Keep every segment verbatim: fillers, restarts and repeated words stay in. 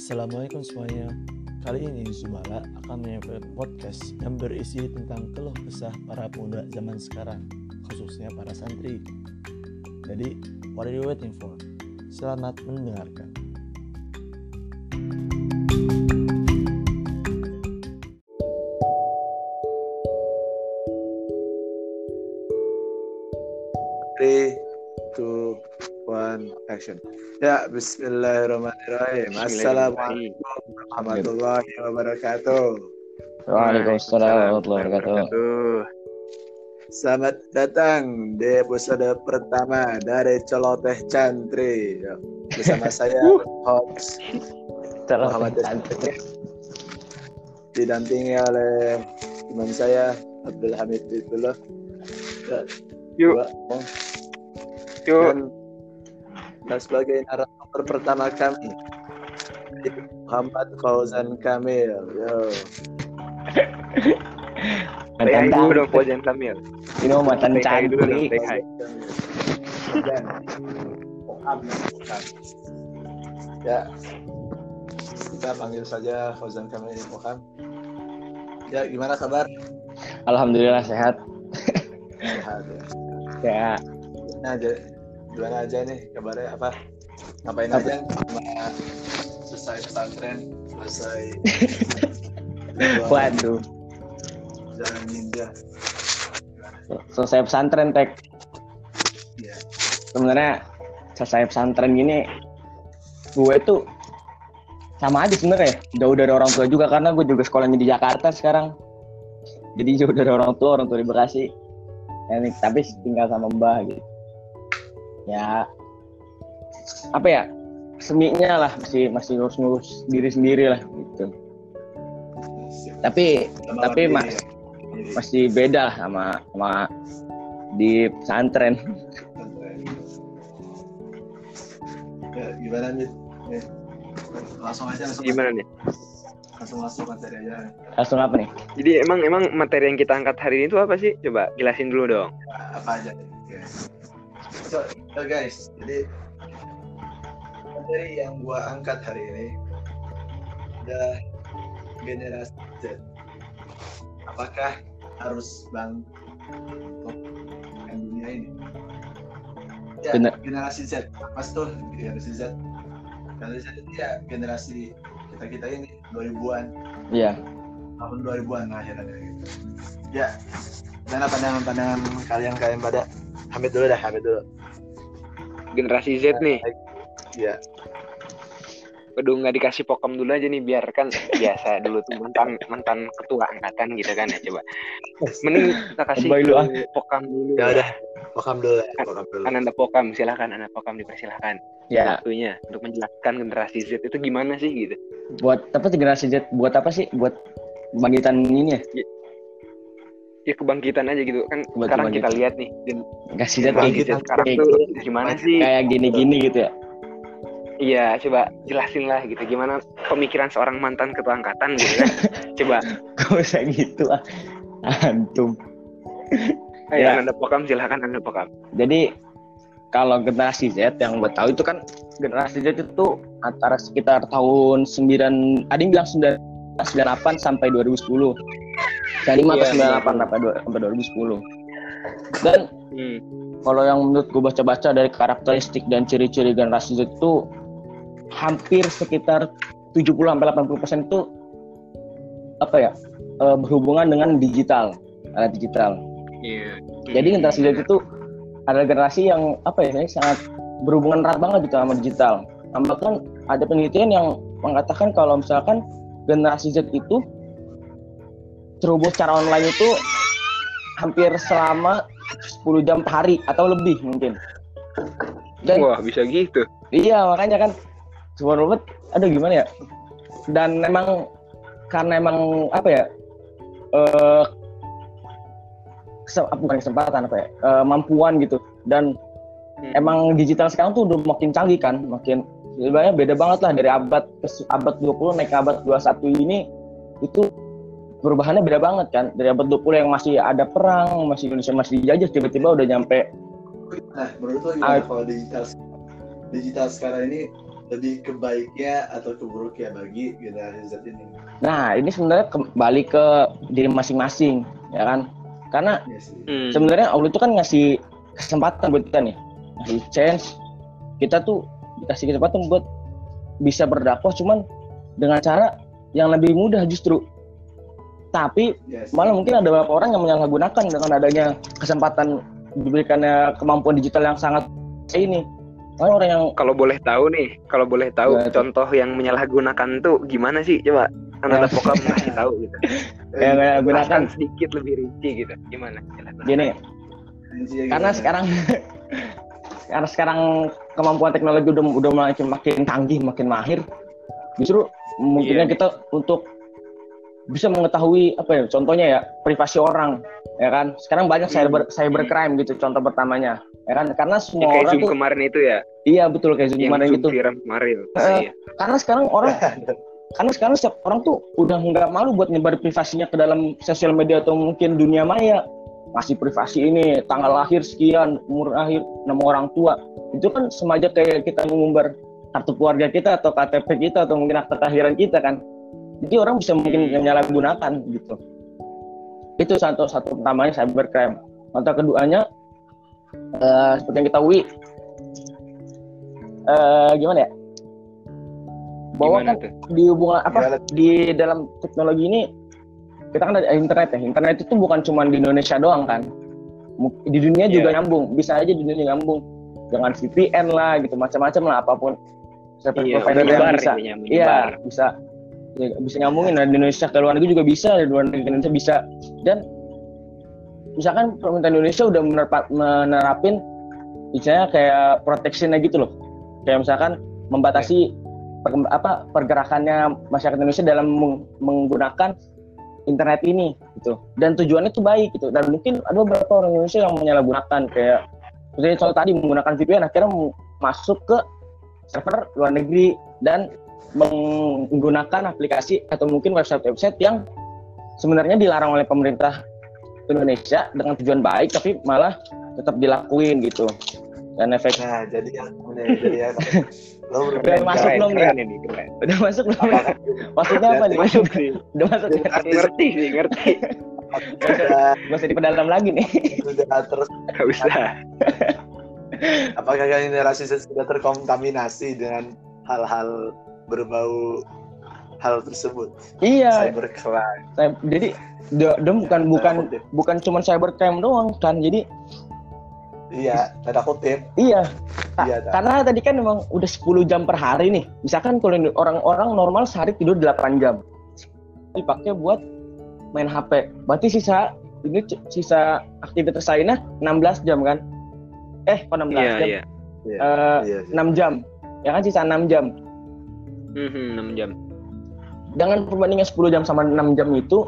Assalamualaikum semuanya. Kali ini Zumala akan menyampaikan podcast yang berisi tentang keluh kesah para pemuda zaman sekarang, khususnya para santri. Jadi, what are you waiting for? Selamat mendengarkan. three, two, one, action. Ya, bismillahirrahmanirrahim. Assalamualaikum warahmatullahi wabarakatuh. Waalaikumsalam warahmatullahi wabarakatuh. Selamat datang di episode pertama dari Celoteh Cantri. Bersama saya, host Muhammad Cantri. Didampingi oleh teman saya, Abdul Hamid Bibullah. Yuk. Yuk. Dan, dan sebagai narator pertama kami, Muhammad Fauzan Kamil. Yo. Say hi dulu dong Fauzan Kamil. Ini mau mantan Say hi dulu dong, Cantri. say hi. Dan Muhammad. Ya, kita panggil saja Fauzan Kamil Muhammad. Ya, gimana kabar? Alhamdulillah sehat. Sehat ya. Ya, Nah, aja, gimana aja nih kabarnya apa? Ngapain Apa? aja? Sama selesai pesantren, selesai waduh. jalan ninja. Selesai pesantren tek. Iya. Sebenarnya selesai pesantren gini, gue tuh sama aja sebenarnya. Jauh dari orang tua juga karena gue juga sekolahnya di Jakarta sekarang. Jadi jauh dari orang tua, orang tua di Bekasi. Ya, nih, tapi tinggal sama mbah gitu. Ya, apa ya? Seminya lah masih masih ngurus-ngurus diri sendiri lah gitu. Tapi Sama tapi diri, mas, ya. masih beda lah sama sama di pesantren. Pesantren. Ya, gimana nih? Nih. Langsung aja langsung Gimana nih? langsung masuk materi aja. Langsung apa nih? Jadi emang emang materi yang kita angkat hari ini itu apa sih? Coba jelasin dulu dong. Nah, apa aja nih? Oke. So, so guys, jadi materi yang gua angkat hari ini adalah generasi Z. Apakah harus bang dunia ini? Ya, Bener. generasi Z. Apa tuh generasi Z? Generasi Z itu ya generasi kita kita ini dua ribuan, Iya. tahun dua ribuan lah ya gitu. Ya, mana pandangan-pandangan kalian kalian pada Hamid dulu dah, Hamid dulu. Generasi Z nih. Ya, Waduh, nggak dikasih pokam dulu aja nih, biar kan biasa dulu tuh mantan mantan ketua angkatan gitu kan ya, coba. Mending kita kasih Lebay lu, ah. pokam dulu. ya udah, pokam dulu ya, pokam dulu. Kan anda pokam, silakan anda pokam, dipersilahkan. Ya, Waktunya untuk menjelaskan generasi Z itu gimana sih gitu. buat apa sih generasi Z? Buat apa sih? Buat bangkitan ini ya? Ya kebangkitan aja gitu kan. Buat Sekarang kita kebangkitan. lihat nih gen- Generasi Z kayak generasi gitu. Z sekarang Kayak, tuh gimana sih? kayak gini-gini gitu ya. Iya, coba jelasin lah gitu. Gimana pemikiran seorang mantan ketua angkatan gitu kan. Coba. Gak usah gitu ah. Antum. Ayo, Ya. anda pokam, silakan anda pokam. Jadi kalau generasi Z yang gue tahu itu kan generasi Z itu antara sekitar tahun sembilan, ada yang bilang sembilan sembilan delapan sampai dua ribu sepuluh. sembilan lima atau Iya, sembilan iya. delapan sampai dua- sampai dua ribu sepuluh. Dan Hmm. kalau yang menurut gue baca-baca dari karakteristik dan ciri-ciri generasi Z itu hampir sekitar tujuh puluh sampai delapan puluh persen itu apa ya? eh, berhubungan dengan digital, alat digital. Iya. Jadi generasi Z itu adalah generasi yang apa ya, sangat berhubungan erat banget gitu sama digital. Bahkan ada penelitian yang mengatakan kalau misalkan generasi Z itu terhubung secara online itu hampir selama sepuluh jam per hari atau lebih mungkin. Dan Wah, bisa gitu. iya, makanya kan subhanallah, aduh gimana ya. Dan memang karena emang apa ya, eh kesem- bukan kesempatan apa ya, eh, mampuan gitu. Dan Hmm. emang digital sekarang tuh udah makin canggih kan, makin sebenarnya beda banget lah dari abad ke abad dua puluh naik ke abad dua puluh satu ini. Itu perubahannya beda banget kan, dari abad dua puluh yang masih ada perang, masih Indonesia masih dijajah, tiba-tiba udah nyampe. Nah, menurut lo gimana Ah. kalau digital digital sekarang ini lebih ke baiknya atau ke buruknya bagi generasi Z ini? Nah, ini sebenarnya kembali ke diri masing-masing, ya kan? Karena Ya sih. Hmm. sebenarnya Allah itu kan ngasih kesempatan buat kita nih, ngasih chance. Kita tuh dikasih kesempatan buat bisa berdakwah, cuman dengan cara yang lebih mudah justru. Tapi Ya sih. malah mungkin ada beberapa orang yang menyalahgunakan dengan adanya kesempatan diberikannya kemampuan digital yang sangat ini. Malah orang yang Kalau boleh tahu nih, kalau boleh tahu Ya, contoh yang menyalahgunakan tuh gimana sih? Coba anak Pokam kasih tahu gitu. yang menyalahgunakan Jelaskan sedikit lebih rinci gitu. Gimana? gini, Anjir, karena gimana? sekarang karena sekarang kemampuan teknologi udah udah makin makin canggih, makin mahir. Justru mungkinnya Iya. kita untuk bisa mengetahui apa ya, contohnya ya privasi orang, ya kan? Sekarang banyak Hmm. cyber cybercrime gitu, contoh pertamanya, ya kan? Karena Ya, semua kayak orang Zoom tuh, kemarin itu ya, iya betul kayak Zoom yang kemarin Zoom gitu. viral kemarin. Eh, Iya. Karena sekarang orang, karena sekarang setiap orang tuh udah nggak malu buat nyebar privasinya ke dalam sosial media atau mungkin dunia maya. Masih privasi ini, tanggal lahir sekian, umur akhir, nama orang tua. Itu kan sama aja kayak kita mengumbar kartu keluarga kita atau K T P kita atau mungkin akte kelahiran kita kan. Jadi orang bisa mungkin menyalahgunakan gitu. Itu satu satu pertamanya cybercrime. Contoh keduanya, uh, seperti yang kita tahu, uh, gimana ya? Bahwa Gimana kan tuh? di hubungan apa Gimana? di dalam teknologi ini kita kan ada internet ya. Internet itu bukan cuma di Indonesia doang kan. Mu- Di dunia juga Iya. nyambung. Bisa aja di dunia nyambung dengan V P N lah gitu, macam-macam lah apapun. Service Iya, provider yang menyebar bisa. intinya, Iya, menyebar. bisa. Ya, bisa nyambungin dari Indonesia ke luar negeri juga bisa, dari luar negeri ke Indonesia bisa. Dan misalkan pemerintah Indonesia udah menerpa- menerapin misalnya kayak protectionnya gitu loh. Kayak misalkan membatasi per- apa pergerakannya masyarakat Indonesia dalam meng- menggunakan internet ini gitu. Dan tujuannya itu baik gitu. Dan mungkin ada beberapa orang Indonesia yang menyalahgunakan kayak misalnya contoh tadi menggunakan V P N akhirnya m- masuk ke server luar negeri dan menggunakan aplikasi atau mungkin website-website yang sebenarnya dilarang oleh pemerintah Indonesia dengan tujuan baik tapi malah tetap dilakuin gitu. Dan efek Nah, jadi yang ini, jadi yang lo belum Udah masuk Keren, belum nih? keren ini, keren. udah masuk belum? Apakah Maksudnya apa nih? Masuk sih. Udah masuk ya? Ngerti sih, ngerti. sudah Gak usah diperdalam lagi nih. sudah terus Gak usah. apakah generasi Z sudah terkontaminasi dengan hal-hal berbau hal tersebut? Iya. Cybercrime. Saya- Jadi dia, dia bukan bukan Tanda kutip. bukan cuma cybercrime doang kan. Jadi Iya, tanda kutip. iya. Ta- Iya, tak. karena tadi kan memang udah sepuluh jam per hari nih. Misalkan kalau ini orang-orang normal sehari tidur delapan jam. Dipakai buat main H P. Berarti sisa ini c- sisa aktivitas lainnya enam belas jam kan? Eh, kok enam belas Iya, jam? iya. Iya. Eh, Iya, sih. enam jam. Ya kan sisa enam jam. Mhm, enam jam. Dengan perbandingan sepuluh jam sama enam jam itu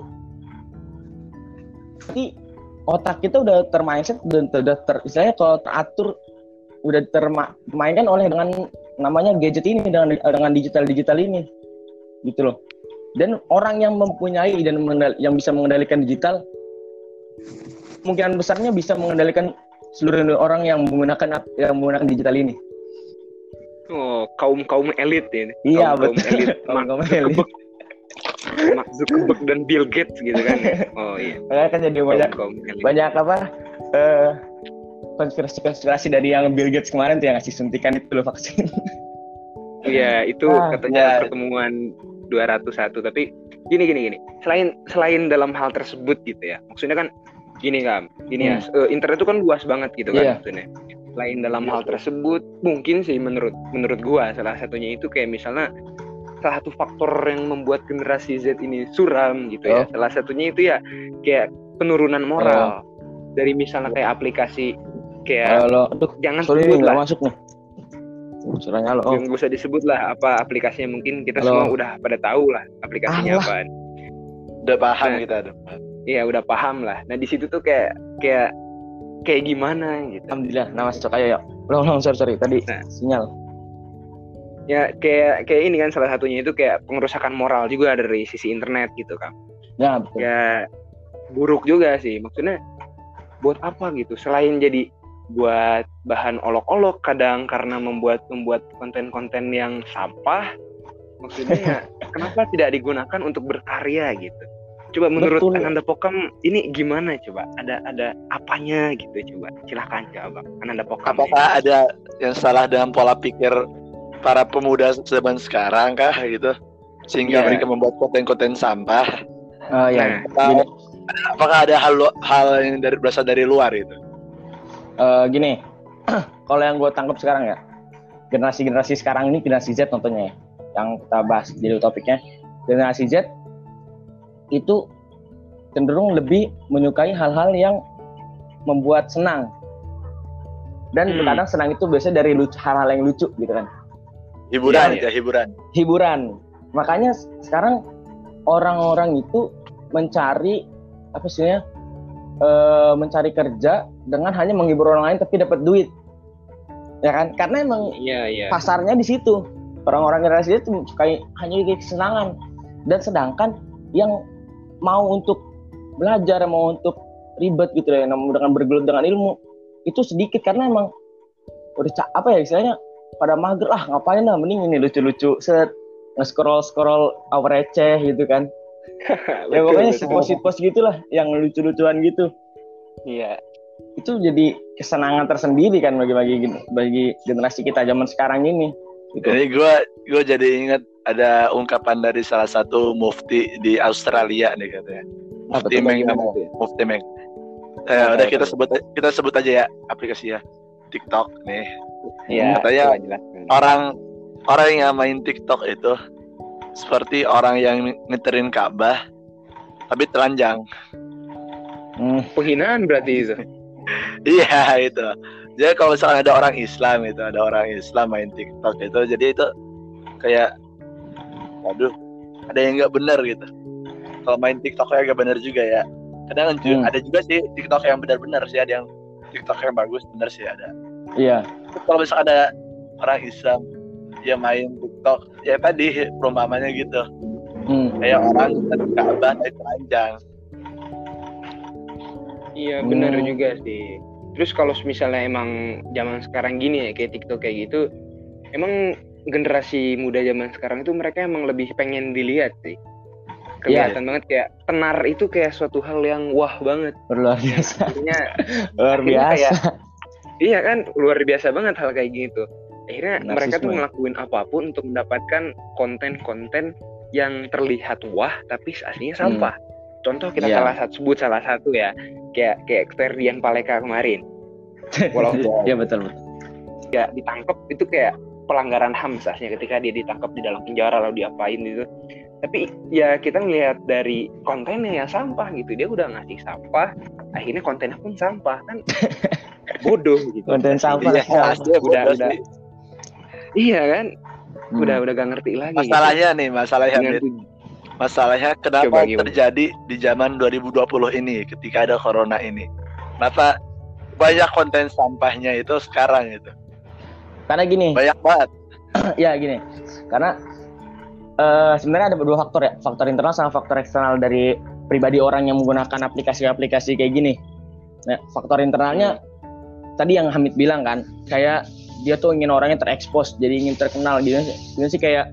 berarti otak kita udah termindset dan udah ter, istilahnya kalau teratur udah termainkan oleh dengan namanya gadget ini dengan dengan digital-digital ini gitu loh. Dan orang yang mempunyai dan mengendal, yang bisa mengendalikan digital kemungkinan besarnya bisa mengendalikan seluruh orang yang menggunakan yang menggunakan digital ini. Oh, kaum-kaum elit ini. Iya, Kaum-kaum betul. elit. Kaum-kaum Mark elit. Zuckerberg. Mark Zuckerberg dan Bill Gates gitu kan. Oh iya. Makanya kan jadi banyak Kaum-kaum elit. banyak apa eh, konspirasi-konspirasi dari yang Bill Gates kemarin tuh yang ngasih suntikan itu loh vaksin. Iya, itu Ah, katanya ya. pertemuan dua ratus satu, tapi gini gini gini. Selain selain dalam hal tersebut gitu ya. Maksudnya kan gini kan, gini ya. eh, internet itu kan luas banget gitu kan Iya. maksudnya. Selain dalam hal tersebut, mungkin sih menurut menurut gua salah satunya itu kayak misalnya salah satu faktor yang membuat generasi Z ini suram gitu ya. Oh. Salah satunya itu ya kayak penurunan moral. Dari misalnya kayak aplikasi kayak Kalau aduh, jangan sorry sebut nih nggak lah. masuk nih. Suaranya lo. Oh. Yang gak usah disebut lah apa aplikasinya, mungkin kita Halo. semua udah pada tahu lah aplikasinya Alah. apaan. Udah paham Nah. kita, udah paham. Iya udah paham lah. Nah di situ tuh kayak kayak kayak gimana gitu. Alhamdulillah, nama masuk ayo yuk. Ulang ulang sorry sorry tadi Nah. sinyal. Ya kayak kayak ini kan salah satunya itu kayak pengerusakan moral juga dari sisi internet gitu kan. Ya betul. Ya buruk juga sih. Maksudnya buat apa gitu? Selain jadi buat bahan olok-olok, kadang karena membuat membuat konten-konten yang sampah. Maksudnya ya, kenapa tidak digunakan untuk berkarya gitu? Coba menurut Betul. Ananda Pokam ini gimana coba? Ada ada apanya gitu coba? Silahkan coba Ananda Pokam. Apakah ada yang salah dengan pola pikir para pemuda zaman sekarang kah gitu? Sehingga Iya. mereka membuat konten-konten sampah. Oh ya. Atau apakah ada hal hal yang dari berasal dari luar itu? Eh, gini, kalau yang gue tangkap sekarang ya, generasi-generasi sekarang ini generasi Z contohnya ya, yang kita bahas jadi topiknya, generasi Z itu cenderung lebih menyukai hal-hal yang membuat senang, dan Hmm. kadang senang itu biasanya dari lucu, hal-hal yang lucu gitu kan, Hiburan Iya, ya, hiburan. hiburan. Makanya sekarang orang-orang itu mencari apa sih ya, eh, mencari kerja dengan hanya menghibur orang lain tapi dapat duit, ya kan? Karena emang iya, iya. pasarnya di situ. Orang-orang generasi itu suka hanya kesenangan, dan sedangkan yang mau untuk belajar, mau untuk ribet gitu ya, dengan bergelut dengan ilmu itu sedikit, karena emang udah ca- apa ya istilahnya, pada mager lah, ngapain lah, mending ini lucu-lucu set nge-scroll scroll apa receh gitu kan. Ya Betul, pokoknya betul. sitpos-sitpos gitulah yang lucu-lucuan gitu. Iya. Itu jadi kesenangan tersendiri kan bagi bagi bagi generasi kita zaman sekarang ini. Gitu. Jadi gue gue jadi ingat ada ungkapan dari salah satu mufti di Australia nih katanya. Apa Mufti tuh, Meng, bagaimana namanya. tuh? Mufti Meng. Eh, Oke, udah oke. kita sebut kita sebut aja ya aplikasi ya. TikTok nih. Iya, Katanya coba jelaskan. Orang orang yang main TikTok itu seperti orang yang ngeterin Ka'bah tapi telanjang. Hmm, Penghinaan berarti itu. Iya itu. Jadi kalau misalkan ada orang Islam itu, ada orang Islam main TikTok itu, jadi itu kayak, waduh, ada yang nggak benar gitu. Kalau main TikToknya nggak benar juga ya. Kadang Hmm. ada juga sih TikTok yang benar-benar sih, ada yang TikTok yang bagus benar sih ada. iya. Kalau misalkan ada orang Islam yang main TikTok, ya tadi perumpamannya gitu, Hmm. kayak orang ngeterin Ka'bah tapi telanjang. Iya, benar Hmm. juga sih. Terus kalau misalnya emang zaman sekarang gini ya, kayak TikTok kayak gitu, emang generasi muda zaman sekarang itu mereka emang lebih pengen dilihat sih. Kelihatan banget kayak tenar itu kayak suatu hal yang wah banget. Luar biasa. Akhirnya, Luar akhirnya biasa. kayak, iya kan, luar biasa banget hal kayak gitu. Akhirnya Narsisme. mereka tuh ngelakuin apapun untuk mendapatkan konten-konten yang terlihat wah tapi aslinya sampah. Contoh kita Iya. salah satu sebut salah satu ya, kayak kayak Ferdian Paleka kemarin. Walaupun Iya betul betul. ya ditangkap itu kayak pelanggaran H A M seharusnya ketika dia ditangkap di dalam penjara lalu diapain gitu. Tapi ya kita ngelihat dari kontennya yang sampah gitu, dia udah ngasih sampah, akhirnya kontennya pun sampah kan. Bodoh gitu. Konten sampah. Iya, sampah. aslinya udah bodoh udah sih. iya kan, Hmm. udah udah gak ngerti lagi. Masalahnya nih, gitu. masalahnya Dengan Mit. tuj- Masalahnya kenapa Coba gimana? terjadi di zaman dua ribu dua puluh ini ketika ada corona ini? Kenapa banyak konten sampahnya itu sekarang itu? Karena gini, Banyak banget. ya gini. Karena eh, sebenarnya ada dua faktor ya, faktor internal sama faktor eksternal dari pribadi orang yang menggunakan aplikasi-aplikasi kayak gini. Nah, faktor internalnya tadi yang Hamid bilang kan, kayak dia tuh ingin orangnya terekspos, jadi ingin terkenal gitu. Gini sih kayak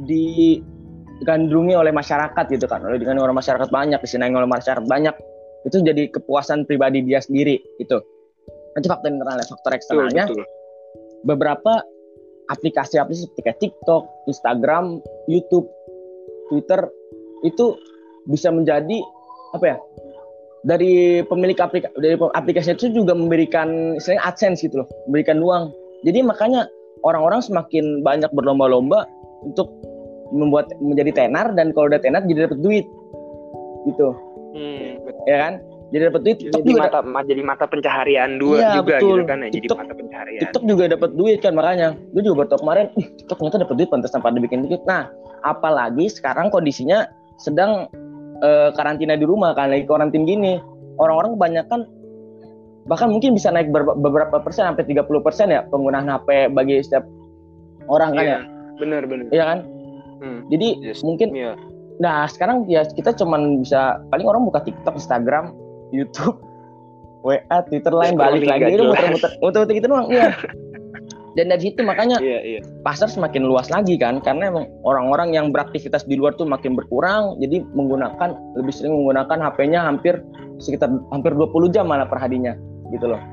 digandrungi oleh masyarakat gitu kan, oleh digandrungi oleh masyarakat banyak, disenangi oleh masyarakat banyak. Itu jadi kepuasan pribadi dia sendiri itu. Itu faktor internalnya. Faktor Betul, eksternalnya betul. beberapa aplikasi-aplikasi seperti kayak TikTok, Instagram, YouTube, Twitter itu bisa menjadi apa ya? Dari pemilik aplikasi dari aplikasi itu juga memberikan istilahnya AdSense gitu loh, memberikan uang. Jadi makanya orang-orang semakin banyak berlomba-lomba untuk membuat menjadi tenar, dan kalau udah tenar jadi dapat duit. Gitu. Hmm, betul. Ya kan? Jadi dapat duit. TikTok Jadi juga mata ma- jadi mata pencaharian dua Iya, juga betul. gitu kan ya, jadi TikTok- mata pencaharian. TikTok juga dapat duit kan, makanya gue juga baru tahu kemarin, ih TikTok ternyata dapat duit, pantesan pada bikin duit. Nah, apalagi sekarang kondisinya sedang eh, karantina di rumah kan, lagi karantin gini, orang-orang kebanyakan bahkan mungkin bisa naik ber- beberapa persen sampai tiga puluh persen ya penggunaan H P bagi setiap orang kan Iya, ya, benar benar. iya kan? Hmm. Jadi Yes. mungkin, Iya. nah sekarang ya kita cuman bisa paling orang buka TikTok, Instagram, YouTube, W A, Twitter lain balik Scrolling lagi nggak itu jelas. muter-muter muter-muter gitu doang. Iya. Dan dari situ makanya Iya, iya. pasar semakin luas lagi kan, karena emang orang-orang yang beraktivitas di luar tuh makin berkurang, jadi menggunakan lebih sering menggunakan H P-nya hampir sekitar hampir dua puluh jam malah per harinya gitu loh.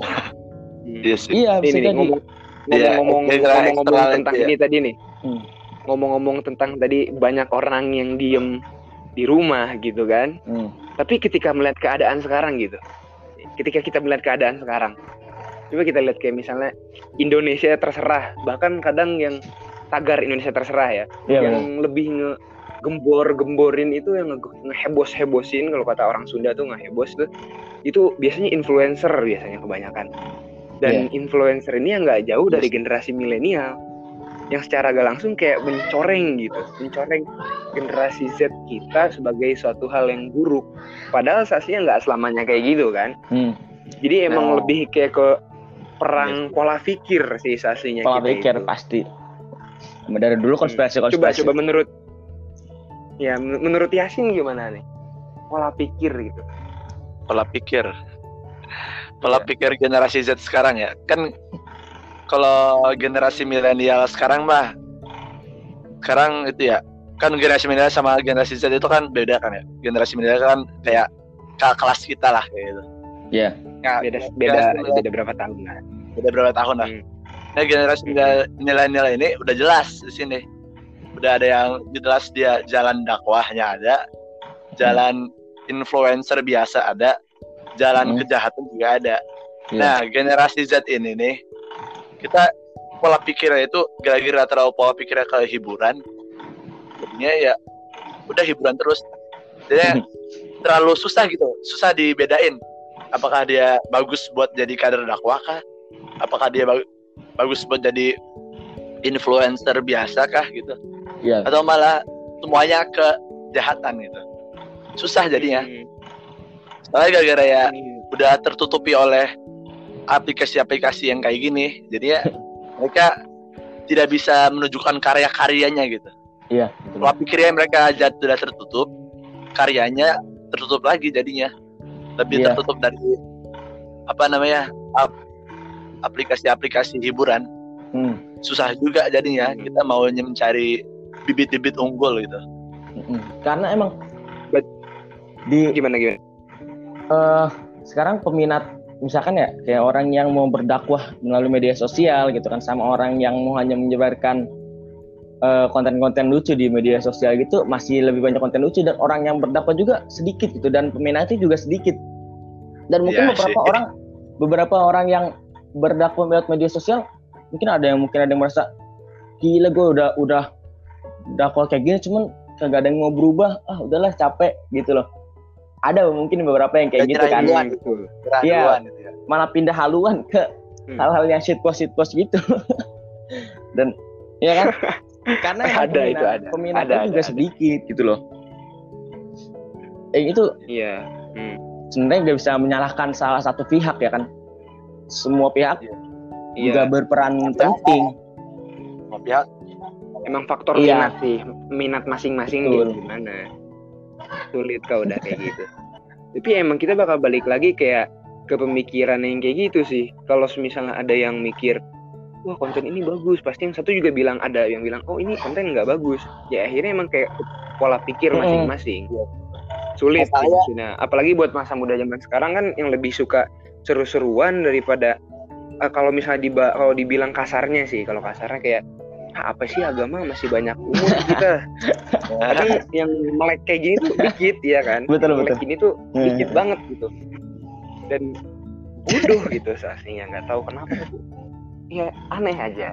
Iya sih. Iya, bisa Ini nih, jadi. ngomong Iya, ngomong-ngomong ekstra- ngomong-ngomong ekstra tentang lagi ya. ini tadi nih. Hmm. Ngomong-ngomong tentang tadi banyak orang yang diem di rumah gitu kan. Hmm. Tapi ketika melihat keadaan sekarang gitu. Ketika kita melihat keadaan sekarang. Coba kita lihat kayak misalnya Indonesia terserah, bahkan kadang yang tagar Indonesia terserah ya, Iya, yang lebih ngegembor-gemborin itu yang nge- ngehebos-hebosin, kalau kata orang Sunda tuh ngehebos tuh, itu biasanya influencer biasanya kebanyakan. Dan influencer ini yang nggak jauh dari generasi milenial, yang secara gak langsung kayak mencoreng gitu, mencoreng generasi Z kita sebagai suatu hal yang buruk. Padahal aslinya nggak selamanya kayak gitu kan. Hmm. Jadi emang Nah. lebih kayak ke perang pola pikir sih aslinya. Pola kita pikir itu. pasti. Dari dulu Coba konspirasi-konspirasi. coba menurut ya men- menurut Yasin gimana nih pola pikir gitu. Pola pikir. Pola Iya. pikir generasi Z sekarang ya. Kan kalau generasi milenial sekarang mah sekarang itu ya. Kan generasi milenial sama generasi Z itu kan beda kan ya. Generasi milenial kan kayak kakak kelas kita lah kayak gitu. Iya. Nah, Beda generasi beda milenial- beda berapa tahun lah. beda berapa tahun lah. Hmm. Nah, generasi milenial ini udah jelas di sini. Udah ada yang jelas dia jalan dakwahnya ada, jalan influencer biasa ada, jalan Hmm. kejahatan juga ada. Iya. Nah, generasi Z ini nih, kita pola pikirnya itu gara-gara terlalu pola pikirnya ke hiburan. Jadinya ya udah hiburan terus. Jadi terlalu susah gitu, susah dibedain. Apakah dia bagus buat jadi kader dakwah kah? Apakah dia bagus bagus buat jadi influencer biasa kah gitu? Iya. Atau malah semuanya kejahatan gitu. Susah jadinya. Hmm. Soalnya gara-gara ya Hmm. udah tertutupi oleh aplikasi-aplikasi yang kayak gini. Jadi ya mereka tidak bisa menunjukkan karya-karyanya gitu. Iya. Pola pikirnya mereka aja sudah tertutup, karyanya tertutup lagi jadinya. Lebih Iya. tertutup dari apa namanya? ap- aplikasi-aplikasi hiburan. Hmm. Susah juga jadinya kita mau mencari bibit-bibit unggul gitu. Mm-mm. Karena emang Bet- di Gimana gimana? eh sekarang peminat misalkan ya kayak orang yang mau berdakwah melalui media sosial gitu kan, sama orang yang mau hanya menyebarkan eh, konten-konten lucu di media sosial gitu, masih lebih banyak konten lucu, dan orang yang berdakwah juga sedikit gitu, dan peminatnya juga sedikit. Dan mungkin Iya beberapa sih. orang beberapa orang yang berdakwah lewat media sosial, mungkin ada yang mungkin ada yang merasa gila, gue udah udah dakwah kayak gini cuman kagak ada yang mau berubah, ah udahlah capek gitu loh. Ada mungkin beberapa yang kayak Udah gitu kan, nyerahin Betul. Keraguan gitu ya. malah pindah haluan ke Hmm. hal-hal yang shitpost shitpost gitu. Dan ya kan, karena emang Ada itu, peminat, ada. peminatnya Ada, juga ada, ada. sedikit gitu loh. Eh itu Iya. Hmm. sebenarnya nggak bisa menyalahkan salah satu pihak ya kan. Semua pihak juga Iya. berperan penting. Semua pihak Emang faktor Iya. minat sih, minat masing-masing Betul. gitu gimana. Sulit kau udah kayak gitu. Tapi emang kita bakal balik lagi kayak ke pemikiran yang kayak gitu sih. Kalau misalnya ada yang mikir, wah konten ini bagus, pasti yang satu juga bilang, ada yang bilang, oh ini konten nggak bagus. Ya akhirnya emang kayak pola pikir Mm-mm. masing-masing. Sulit sih Masalahnya- maksudnya. Apalagi buat masa muda zaman sekarang kan yang lebih suka seru-seruan daripada eh, kalau misalnya diba- kalau dibilang kasarnya sih, kalau kasarnya kayak "Ah, apa sih agama, masih banyak umur kita." Kadang yang melek kayak gini tuh dikit ya kan. Betul, Yang melek betul. gini tuh Hmm. dikit banget gitu. Dan bodoh gitu aslinya, nggak tahu kenapa tuh. Ya aneh aja.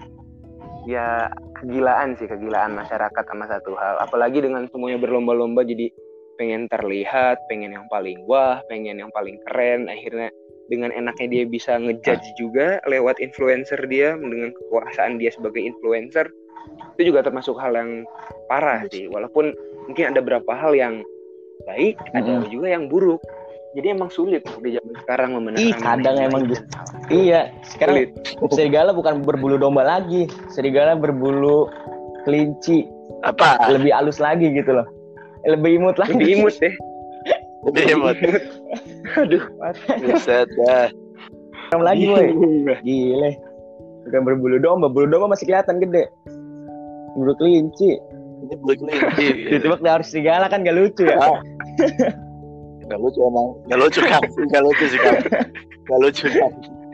Ya kegilaan sih, kegilaan masyarakat sama satu hal. Apalagi dengan semuanya berlomba-lomba jadi pengen terlihat, pengen yang paling wah, pengen yang paling keren. Akhirnya dengan enaknya dia bisa ngejudge juga lewat influencer dia, dengan kekuasaan dia sebagai influencer. Itu juga termasuk hal yang parah sih. Walaupun mungkin ada beberapa hal yang baik, ada Mm-mm. juga yang buruk. Jadi emang sulit di zaman sekarang membenarkan. Ih, kadang mana yang emang baik gitu. dan salah. Iya, sekarang Sulit. serigala bukan berbulu domba lagi, serigala berbulu kelinci, apa? lebih halus lagi gitu loh, lebih imut lagi. Lebih imut deh. Lebih imut. Aduh, Buset dah. Kamu lagi boy. Gile. Bukan berbulu domba, bulu domba masih kelihatan gede. Bulu kelinci. Ini bulu kelinci. Ditebak dari harus serigala kan gak lucu ya. Gak lucu emang. Gak lucu kan. Gak lucu sih kan. Gak lucu kan.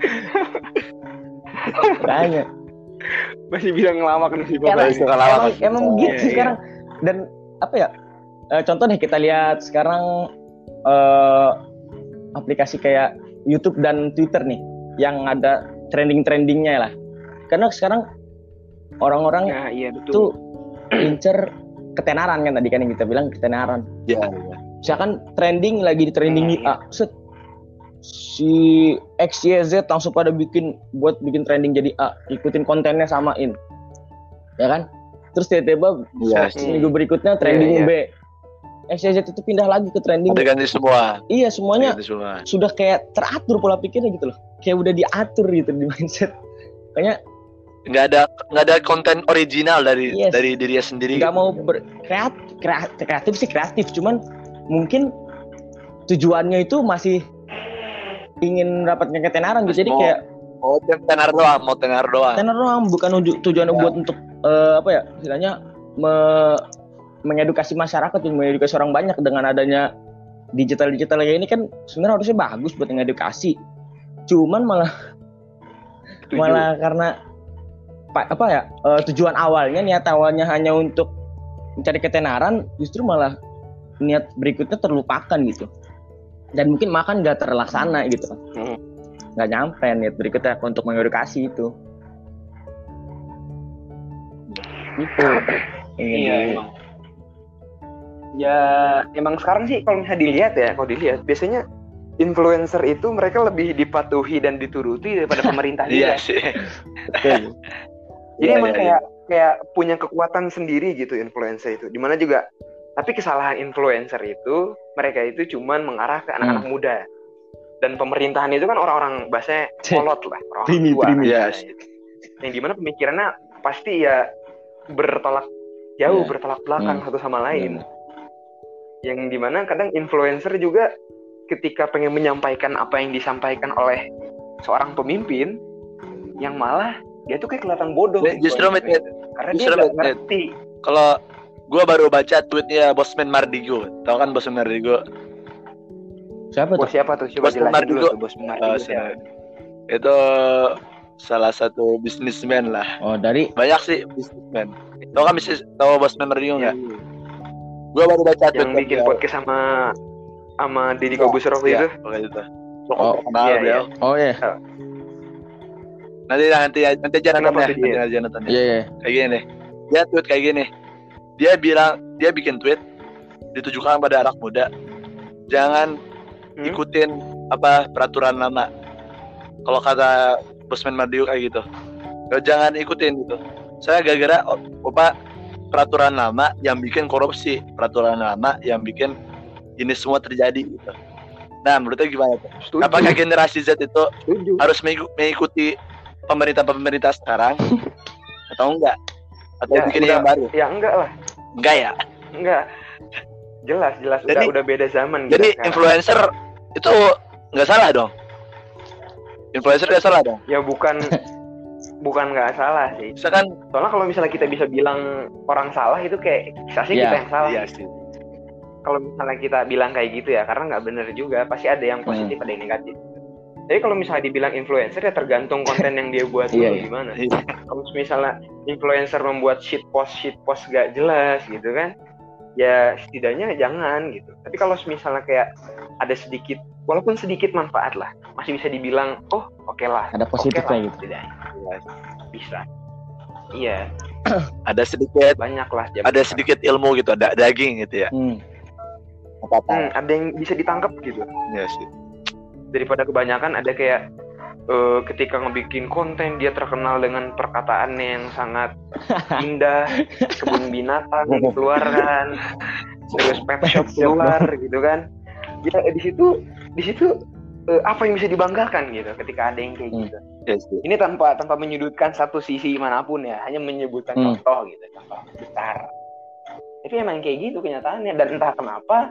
Tanya. masih bilang ngelawak nih Emang, Masih ngelawak, emang, masih. emang begitu Iya, sih iya. sekarang. Dan apa ya? Eh, contoh nih kita lihat sekarang eh, aplikasi kayak YouTube dan Twitter nih yang ada trending-trendingnya lah. Karena sekarang orang-orang Nah, iya betul. tuh incer ketenaran kan tadi kan yang kita bilang ketenaran. Ya. Misalkan trending lagi di trending Hmm, di A, set si X Y Z langsung pada bikin buat bikin trending jadi A, ikutin kontennya samain, ya kan? Terus tiba-tiba Iya. seminggu berikutnya trending Iya, B, X Y Z itu pindah lagi ke trending. Ada ganti semua. Iya semuanya Ganti semua. sudah kayak teratur pola pikirnya gitu loh, kayak udah diatur gitu di mindset. Kayaknya Nggak ada nggak ada konten original dari Yes. dari dirinya sendiri. nggak mau berkreatif, kreatif sih kreatif, cuman mungkin tujuannya itu masih ingin dapatnya ketenaran gitu. Jadi Mau- kayak Mau tenar doang, mau tenar doang. tenar doang, bukan uju- tujuannya buat untuk eh, apa ya istilahnya me- mengedukasi masyarakat, mengedukasi orang banyak. Dengan adanya digital digital kayak ini kan sebenarnya harusnya bagus buat mengedukasi, cuman malah Setuju. malah karena pa- apa ya eh, tujuan awalnya, niat awalnya hanya untuk mencari ketenaran, justru malah niat berikutnya terlupakan gitu. Dan mungkin makan nggak terlaksana gitu, Hmm. nggak nyampe niat berikutnya untuk mengedukasi itu. Itu ingin Iya di- emang. Ya emang sekarang sih kalau misalnya dilihat ya, kalau dilihat biasanya influencer itu mereka lebih dipatuhi dan dituruti daripada pemerintah Iya juga. sih. betul. Jadi Iya, emang iya, kayak kayak punya kekuatan sendiri gitu influencer itu. Dimana juga tapi kesalahan influencer itu mereka itu cuman mengarah ke anak-anak Hmm. muda. Dan pemerintahan itu kan orang-orang bahasanya kolot lah, orang Primi, tua. primi. Iya. Yang dimana pemikirannya pasti ya bertolak jauh, Iya. bertolak belakang Hmm. satu sama lain. Iya. Yang dimana kadang influencer juga ketika pengen menyampaikan apa yang disampaikan oleh seorang pemimpin, yang malah dia tuh kayak kelihatan bodoh. Ya, justru, influencer Mit, itu. Karena justru, dia nggak Mit, ngerti. Kalau gue baru baca tweetnya Bosman Mardigo, tahu kan Bosman Mardigo? Siapa tuh? Bos siapa tuh? Coba Bos jelasin Mardigo. dulu tuh bos Mardigo Eh, siapa? Itu salah satu bisnismen lah. Oh dari Banyak sih bisnismen. Tahu kan bisnis, tahu Bosman Mardigo nggak? Yang, Gue baru baca yang tweetnya bikin dia. podcast sama sama Deddy Kobusro waktu Iya, itu. pokoknya itu. Oh, Kenal iya, beliau. oh iya Nanti nanti nanti aja nonton Kenapa ya, tuh nanti dia? aja nonton ya. iya iya. Kayak gini nih. Dia tweet kayak gini. Dia bilang, dia bikin tweet ditujukan pada anak muda. Jangan Hmm? ikutin apa peraturan lama. Kalau kata Bosman Mardigo kayak gitu. "Eh, Jangan ikutin gitu. Saya gara-gara oh, apa peraturan lama yang bikin korupsi, peraturan lama yang bikin ini semua terjadi gitu. Nah, menurutnya gimana tuh? Setuju. Apakah generasi Z itu Setuju. harus mengiku- mengikuti pemerintah-pemerintah sekarang atau enggak? Atau Ya, bikin udah. yang baru? Ya enggak lah, Enggak ya. enggak. Jelas, jelas udah Jadi- udah beda zaman kita Jadi sekarang. influencer itu nggak salah dong. Influencer nggak salah dong. Ya bukan bukan nggak salah sih. Misalkan Soalnya kalau misalnya kita bisa bilang orang salah itu kayak kisahnya Iya, kita yang salah. iya sih. Kalau misalnya kita bilang kayak gitu ya, karena nggak bener juga, pasti ada yang positif, ada yang negatif. Jadi kalau misalnya dibilang influencer ya tergantung konten yang dia buat dulu Iya, iya. gimana. Iya. Kalau misalnya influencer membuat shit post shit post gak jelas gitu kan, ya setidaknya jangan gitu. Tapi kalau misalnya kayak ada sedikit, walaupun sedikit manfaat lah, masih bisa dibilang oh oke lah, Ada oke positifnya lah, gitu. setidaknya. Bisa. Iya, Ada sedikit banyak lah. zaman ada sekarang. sedikit ilmu gitu, ada daging gitu ya. Hmm. Apa-apa. Hmm, ada yang bisa ditangkap gitu. Iya sih. Daripada kebanyakan ada kayak eh, ketika ngebikin konten dia terkenal dengan perkataannya yang sangat indah, kebun binatang dikeluarkan, terus pet shop keluar gitu kan. Ya di situ di situ eh, apa yang bisa dibanggakan gitu ketika ada yang kayak Hmm. gitu. Iya sih. Ini tanpa tanpa menyudutkan satu sisi manapun ya, hanya menyebutkan Hmm. contoh gitu, contoh besar. Tapi emang kayak gitu kenyataannya, dan entah kenapa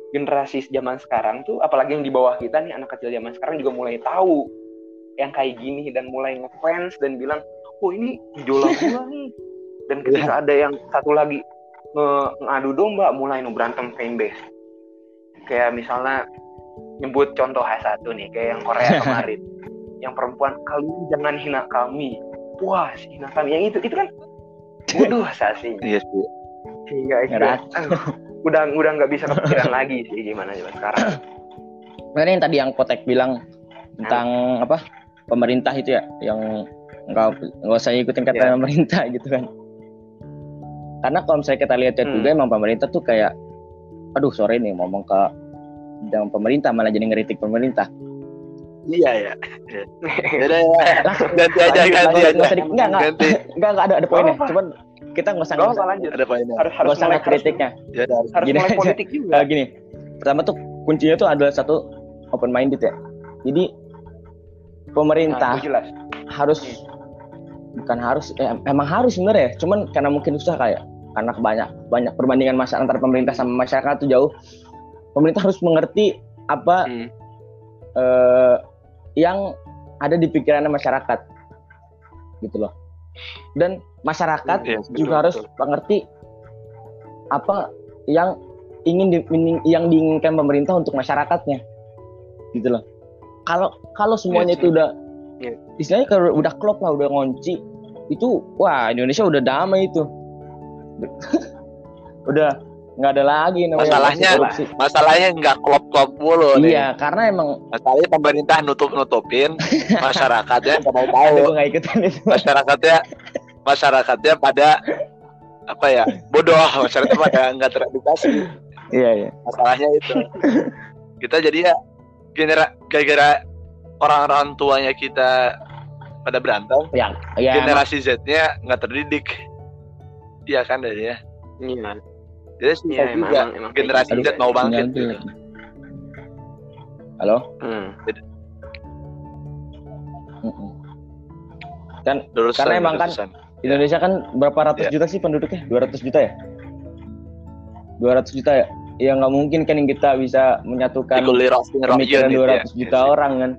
generasi zaman sekarang tuh, apalagi yang di bawah kita nih, anak kecil zaman sekarang juga mulai tahu yang kayak gini dan mulai ngefans dan bilang, oh ini idola gua nih. Dan ketika ada yang satu lagi nge- ngadu domba, mulai nu berantem fanbase. Kayak misalnya nyebut contoh H satu nih, kayak yang Korea kemarin, yang perempuan, kalian jangan hina kami. Wah, hina kami yang itu, itu kan bodoh sih. Iya sih. Sehingga akhirnya, udah udah nggak bisa kepikiran lagi sih gimana zaman sekarang. Makanya yang tadi yang Kotek bilang tentang apa pemerintah itu ya, yang nggak nggak usah ikutin kata Ya. pemerintah gitu kan. Karena kalau misalnya kita lihat Hmm. juga emang pemerintah tuh kayak, aduh sorry nih ngomong ke bidang pemerintah malah jadi ngeritik pemerintah. Iya ya. Yaudah ya. Ganti aja, ganti Nggak aja. usah di- nggak nggak Ganti. nggak nggak ada ada poinnya. Apa-apa. Cuman kita nggak usah Gak nggak apa usah lanjut. Ada poinnya. Harus harus nggak usah mulai ngekritiknya. Ya udah. Harus, harus Gini mulai aja. politik juga. Eh, gini, pertama tuh kuncinya tuh adalah satu open minded ya. Jadi pemerintah Nah, itu jelas. harus bukan harus eh, emang harus sebenarnya, cuman karena mungkin susah kayak karena banyak banyak perbandingan masyarakat antara pemerintah sama masyarakat tuh jauh. Pemerintah harus mengerti apa Hmm. eh, yang ada di pikiran masyarakat, gitu loh. Dan masyarakat Iya, juga betul, harus betul. mengerti apa yang ingin di, yang diinginkan pemerintah untuk masyarakatnya, gitu loh. Kalau kalau semuanya Iya, itu sih. udah, Iya. istilahnya kalau udah klop lah, udah ngunci, itu wah Indonesia udah damai itu, udah nggak ada lagi namanya Masalahnya- korupsi. Masalahnya nggak klop-klop mulu nih. Iya, karena emang Masalahnya pemerintah nutup-nutupin, masyarakatnya nggak mau tahu. ada gue nggak ikutan itu. Masyarakatnya, masyarakatnya pada apa ya, bodoh. Masyarakat pada nggak teredukasi. Iya iya. Masalahnya itu. Kita jadi ya genera gara-gara orang-orang tuanya kita pada berantem, Ya, ya emang- generasi Z-nya nggak terdidik. Iya kan jadinya. Iya. Jadi susah Iya, emang- juga emang- emang generasi kayak Z mau bangkit. sinyal Gitu. jelek. Halo. Hmm. Mm-mm. Kan Lulusan, Karena emang kan lulusan. Indonesia kan berapa ratus Iya. juta sih penduduknya? dua ratus juta ya? dua ratus juta ya? Ya nggak mungkin kan yang kita bisa menyatukan Dikulir roasting pemikiran royun dua gitu ya. ratus juta orang kan.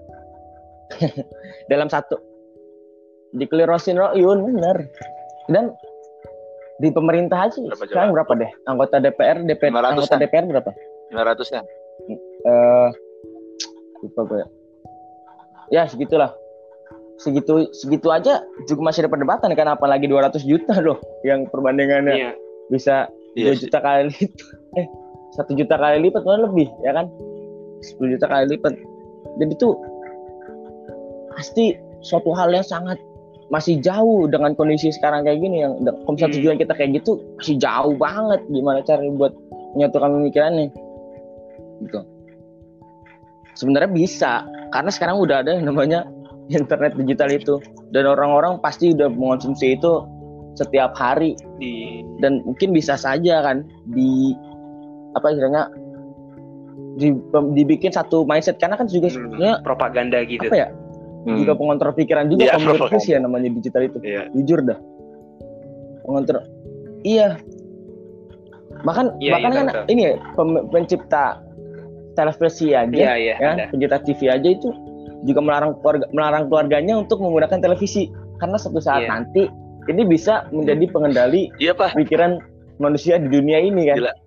Dalam satu dikelirosin royun bener. Dan di pemerintah aja Berapa sekarang coba? berapa deh? Anggota D P R, D P R lima ratus anggota an. D P R berapa? lima ratus-nya. Eh lupa gue. Ya segitulah. Segitu segitu aja juga masih ada perdebatan kan, apalagi dua ratus juta loh yang perbandingannya Iya. bisa Iya dua sih. juta kali lipat. Eh, satu juta kali lipat malah lebih, ya kan? sepuluh juta kali lipat. Jadi itu pasti suatu hal yang sangat masih jauh dengan kondisi sekarang kayak gini, yang kalau misalnya Hmm. tujuan kita kayak gitu masih jauh banget gimana caranya buat menyatukan pemikirannya. Gitu. Sebenarnya bisa, karena sekarang udah ada yang namanya internet digital itu, dan orang-orang pasti udah mengonsumsi itu setiap hari, Di dan mungkin bisa saja kan di apa istilahnya di, dibikin satu mindset, karena kan juga sebenarnya propaganda gitu. apa ya Hmm. juga pengontrol pikiran juga Iya, kalau menurutku propaganda. sih ya namanya digital itu, Iya. jujur dah pengontrol. Iya, bahkan Iya, bahkan iya, kan betul. ini ya pem- pencipta televisi aja, Iya, iya, ya, ada. pencipta T V aja itu juga melarang keluarga, melarang keluarganya untuk menggunakan televisi, karena suatu saat Iya. nanti ini bisa menjadi pengendali Iya Pak. pikiran manusia di dunia ini kan. Gila.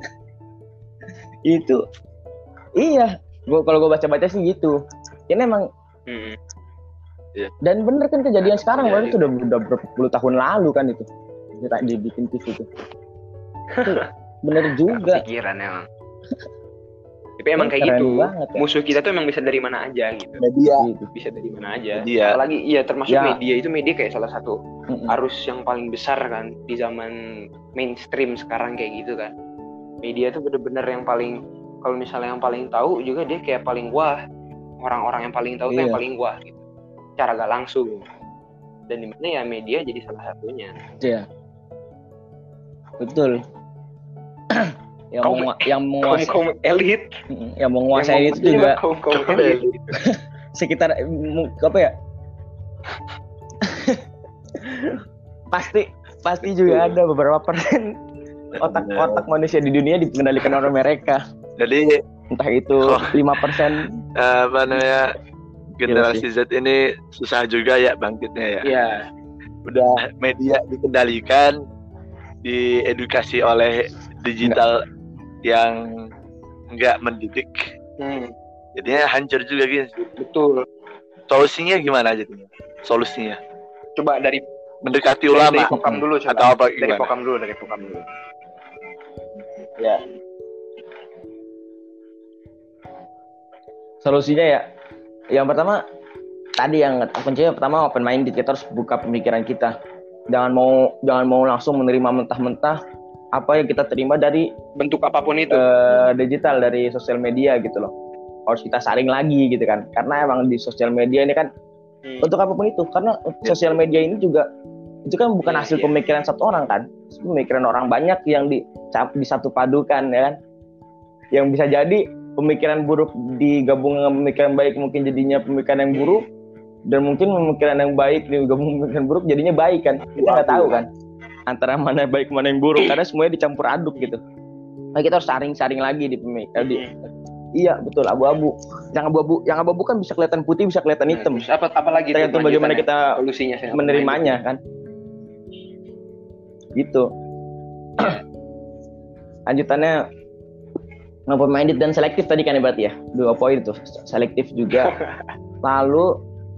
Itu iya, gua kalau gue baca-baca sih gitu. Ini emang, Hmm. dan bener kan kejadian sekarang, Iya, baru iya. itu udah udah berapa puluh tahun lalu kan itu kita dibikin T V itu. Itu bener juga. Pikiran emang. Tapi emang kayak Keren gitu. banget ya. Musuh kita tuh emang bisa dari mana aja gitu. Media. Gitu. Bisa dari mana aja. Media. Apalagi iya termasuk Ya. media, itu media kayak salah satu Mm-mm. arus yang paling besar kan di zaman mainstream sekarang kayak gitu kan. Media tuh bener-bener yang paling, kalau misalnya yang paling tahu juga dia kayak paling wah. Orang-orang yang paling tahu tuh Iya. yang paling wah gitu. Cara gak langsung. Dan dimana ya media jadi salah satunya. Iya. Betul. yang Kaum- mengu- yang Kaum menguasai kaum elit. Mm-mm. yang menguasai yang itu juga kaum kaum Kaum elit. elit. sekitar mu- apa ya? pasti pasti juga ada beberapa persen otak-otak manusia di dunia dikendalikan oleh mereka. Jadi Entah itu Oh. lima persen. apa namanya generasi Z ini susah juga ya bangkitnya ya. Iya. Udah media dikendalikan, diedukasi oleh digital yang nggak mendidik, Hmm, jadinya hancur juga gitu. betul. Solusinya gimana jadinya? Solusinya Coba dari mendekati dari, ulama dari Pokam dulu coba. atau apa Dari gimana? Pokam dulu, dari Pokam dulu. Ya. Solusinya ya, yang pertama tadi yang kuncinya pertama open minded, kita harus buka pemikiran kita. Jangan mau jangan mau langsung menerima mentah-mentah apa yang kita terima dari Bentuk apapun itu. eh, digital, dari sosial media gitu loh. Harus kita saring lagi gitu kan. Karena emang di sosial media ini kan Hmm. untuk apapun itu, karena sosial media ini juga itu kan bukan Iya, hasil iya. pemikiran satu orang kan, pemikiran orang banyak yang di disatu padukan ya kan, yang bisa jadi pemikiran buruk digabung dengan pemikiran baik mungkin jadinya pemikiran yang buruk, dan mungkin pemikiran yang baik digabung pemikiran buruk jadinya baik kan, kita nggak tahu kan antara mana baik mana yang buruk karena semuanya dicampur aduk gitu. Nah, kita harus saring-saring lagi di pemikiran di, iya betul, abu-abu. Yang abu-abu, yang abu-abu kan bisa kelihatan putih, bisa kelihatan hitam. Terus apa apa lagi tuh Tergantung bagaimana lanjutannya? kita Solusinya sih, menerimanya kan. Gitu. Lanjutannya open minded dan selektif tadi kan ya berarti ya. Dua poin tuh. Selektif juga. Lalu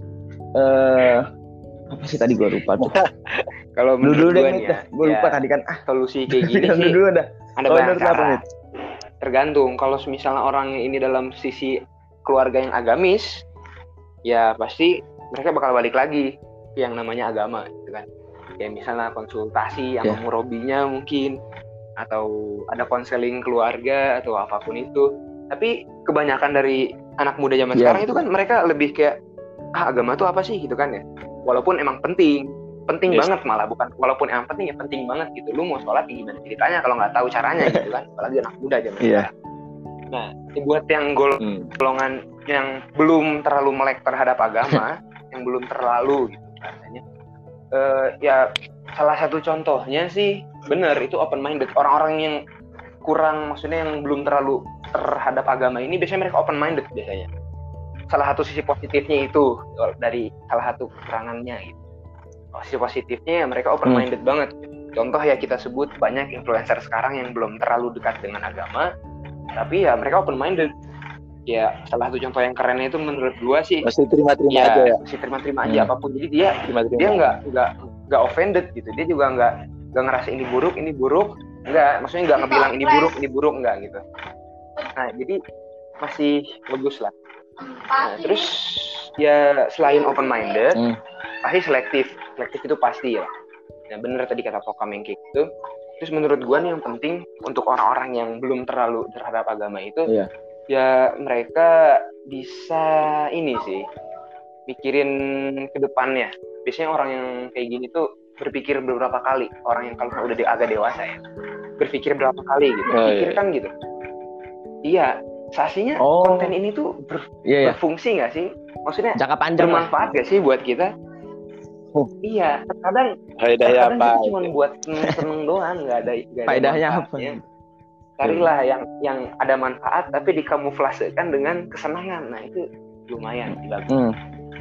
eh apa sih tadi gue lupa tuh. Kalau Dulu dulu menurut deh gue Mit, nih ya, gue lupa ya, tadi kan. Ah, solusi kayak gini dulu sih dulu dah. ada Kalau banyak menurut apa, cara. Mit? Tergantung. Kalau misalnya orang ini dalam sisi keluarga yang agamis, ya pasti mereka bakal balik lagi ke yang namanya agama, gitu kan. Kayak misalnya konsultasi yang Ya. murobinya mungkin, atau ada konseling keluarga atau apapun itu. Tapi kebanyakan dari anak muda zaman Ya. sekarang itu kan mereka lebih kayak ah agama tuh apa sih gitu kan ya. Walaupun emang penting, penting Yes. banget malah, bukan walaupun emang penting ya penting banget gitu. Lu mau sholat gimana ceritanya kalau nggak tahu caranya gitu kan, apalagi anak muda zaman Iya. sekarang. Nah, buat yang gol Hmm. golongan yang belum terlalu melek terhadap agama, yang belum terlalu gitu rasanya. Eh, ya salah satu contohnya sih benar itu open minded. Orang-orang yang kurang, maksudnya yang belum terlalu terhadap agama ini biasanya mereka open minded biasanya. Salah satu sisi positifnya itu dari salah satu kekurangannya gitu. Sisi positifnya ya mereka open minded hmm. banget. Contoh ya kita sebut banyak influencer sekarang yang belum terlalu dekat dengan agama, tapi ya mereka open minded. Ya salah satu contoh yang kerennya itu menurut gua sih Masih terima-terima ya, aja ya. masih terima-terima aja Hmm. apapun. Jadi dia Terima-terima. dia nggak nggak nggak offended gitu. Dia juga nggak nggak ngerasa ini buruk, ini buruk. Nggak, maksudnya nggak ngebilang ini buruk, ini buruk nggak gitu. Nah jadi masih bagus lah. Nah, terus ya selain open minded, Hmm. pasti selektif. Selektif itu pasti ya. Nah bener tadi kata Pokam yang kayak gitu. Terus menurut gua nih yang penting untuk orang-orang yang belum terlalu terhadap agama itu, Iya. ya mereka bisa ini sih mikirin ke depannya. Biasanya orang yang kayak gini tuh berpikir beberapa kali. Orang yang kalau udah de- agak dewasa ya, berpikir berapa kali gitu. Oh, Pikir iya. kan gitu. Iya, aslinya Oh. konten ini tuh ber- Iya ya. berfungsi nggak sih? Maksudnya Jangka panjang lah. bermanfaat gak sih buat kita? Oh. Iya, kadang Faedahnya kadang apa? kita cuma buat seneng-seneng doang, nggak ada nggak ada Faedahnya apa? manfaatnya. Carilah yang yang ada manfaat tapi dikamuflasekan dengan kesenangan. Nah itu lumayan bagus. Hmm.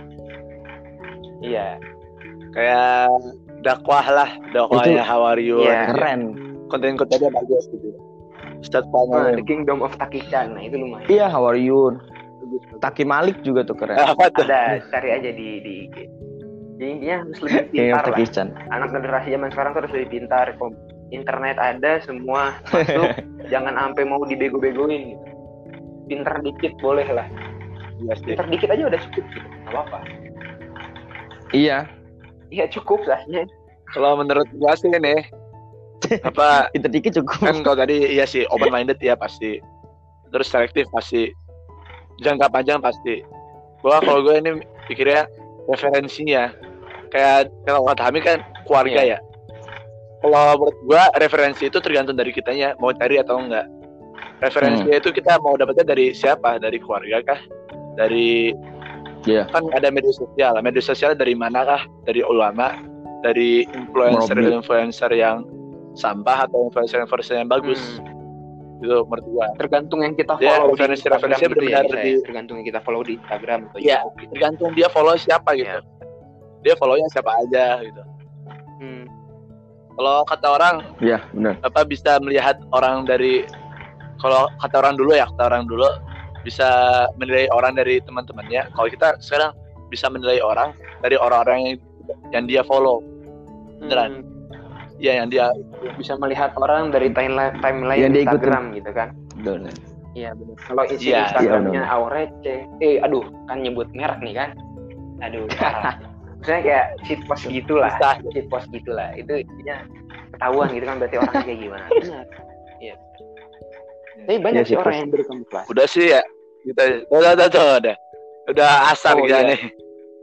Iya, Kayak dakwah lah, dakwahnya Hawariun. Iya. Keren. Konten-kontennya bagus gitu. Ustaz nah, Panel. The Kingdom of Takichan. Nah itu lumayan. Iya, how are you? Bagus, bagus. Taki Malik juga tuh keren. Apa tuh? Ada, cari aja di di I G. Jadi intinya harus lebih King of pintar lah. Takichan. Anak generasi zaman sekarang tuh harus lebih pintar. Internet ada, semua masuk. Jangan sampai mau dibego-begoin gitu. Pintar dikit boleh lah. Iya sih. Pintar dikit aja udah cukup gitu. Gak apa-apa. Iya. Iya cukup lah. Kalau menurut gua sih nih, apa Pinter dikit cukup. kan kalau tadi iya sih open minded ya pasti. Terus selektif pasti. Jangka panjang pasti. Gua kalau gue ini pikirnya referensinya kayak kalau kata Hamid kan keluarga Iya. ya. Kalau menurut gua referensi itu tergantung dari kitanya mau cari atau enggak. Referensinya itu kita mau dapatnya dari siapa? Dari keluarga kah? Dari Iya. kan ada media sosial. Media sosial dari mana kah? Dari ulama, dari Merobi. influencer-influencer yang sampah atau influencer-influencer yang bagus. Hmm. Itu menurut gua. Tergantung yang kita Dia follow di referensi- Instagram referensinya gitu ya, benar-benar bisa ya? di- Tergantung yang kita follow di Instagram atau Iya, YouTube gitu. tergantung dia follow siapa gitu. Iya. Dia follow-nya siapa aja gitu. Hmm. Kalau kata orang Iya, benar. apa bisa melihat orang dari kalau kata orang dulu ya, kata orang dulu bisa menilai orang dari teman-temannya. Kalau kita sekarang bisa menilai orang dari orang-orang yang yang dia follow. Beneran. Hmm. Iya, yang dia Bisa melihat orang dari timeline timeline Yang dia Instagram gitu kan. Benar. Iya benar. Kalau isi Iya, Instagramnya iya, Aurece, eh aduh kan nyebut merek nih kan. Aduh. parah. Maksudnya kayak cheat post gitulah, Bisa. cheat post gitulah. Itu intinya ketahuan gitu kan berarti orangnya kayak gimana. Benar. Iya. Tapi banyak Iya, sih cheat orang post. yang berkamuflase. udah sih ya. Kita udah udah udah udah. Udah asar Oh, kita iya. nih.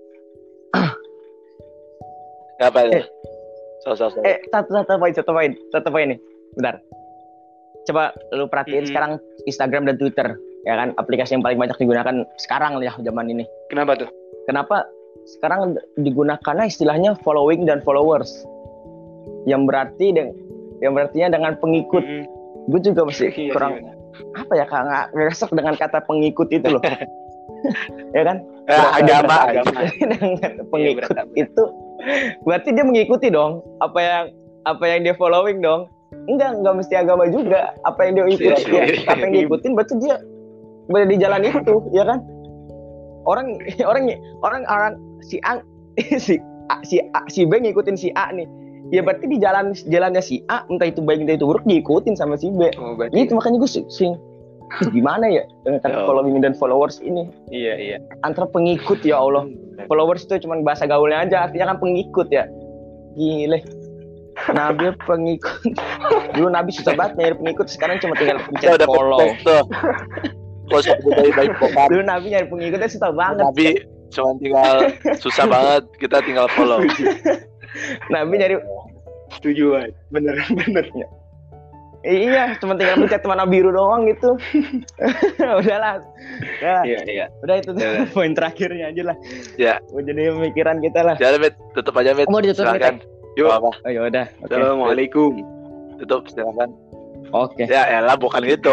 Apa ya? Eh. So, so, so. Eh, satu satu poin, satu poin, satu poin nih. Bentar. Coba lu perhatiin Mhm. sekarang Instagram dan Twitter, ya kan, aplikasi yang paling banyak digunakan sekarang ya zaman ini. Kenapa tuh? Kenapa sekarang digunakannya istilahnya following dan followers, yang berarti deng- yang berartinya dengan pengikut. Mm-mm. Gue juga masih Iya, kurang iya. apa ya, kak, nggak ngeresek dengan kata pengikut itu loh. Ya kan? Eh, agama agama. Dengan kata pengikut berat, berat. itu berarti dia mengikuti dong apa yang apa yang dia following dong. Enggak, enggak mesti agama juga. Apa yang dia ikuti, Iya, iya. apa yang dia ikutin berarti dia berada di jalan itu, ya kan? Orang orang orang orang si A si A, si A, si B ngikutin si A nih. Ya berarti di jalan jalannya si A, entah itu baik entah itu buruk, diikutin sama si B. Oh, berarti Itu makanya gue sing gimana ya dengan kata Oh. following dan followers ini, iya iya. antara pengikut, ya Allah. Followers itu cuma bahasa gaulnya aja, artinya kan pengikut ya. Gile. Nabi pengikut. Dulu Nabi susah banget nyari pengikut, sekarang cuma tinggal Kita pencet udah follow. podcast tuh. Kalau usah budaya baik bokap. Dulu Nabi nyari pengikutnya susah banget. Nabi cuma tinggal susah banget, kita tinggal follow. Nabi nyari Setuju banget. Bener bener. iya, cuma tinggal pencet warna biru doang gitu. Udahlah. Ya, Iya iya. udah itu tuh Ya. poin terakhirnya aja lah. Ya. Mau jadi pemikiran kita lah. Jangan Mit, tutup aja Mit. Mau ditutup, Mit? Silakan. Yuk. Apa? Oh ya udah. Oke. Assalamualaikum. Tutup silakan. Oke. Ya elah bukan gitu.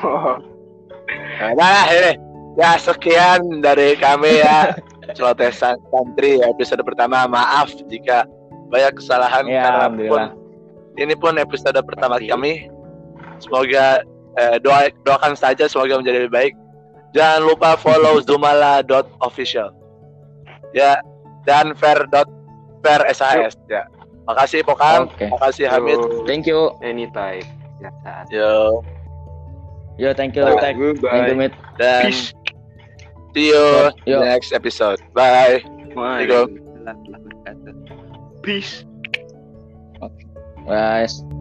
Nah, ini. Ya sekian dari kami ya. Celoteh Santri episode pertama. Maaf jika banyak kesalahan Ya, karena alhamdulillah. pun ini pun episode pertama kami. Semoga eh, doa doakan saja semoga menjadi lebih baik. Jangan lupa follow zumala dot official. Ya, dan fair dot fair shs ya. Makasih Pokam, Oke. makasih Hamid. Yo, Thank you. anytime. Ya, saat. Yo, Yo, thank you. Oh, Thank you, Goodbye. Mit. dan Peace. see you Yo. next episode. Bye. Waalaikumsalam warahmatullahi wabarakatuh. Peace. Guys.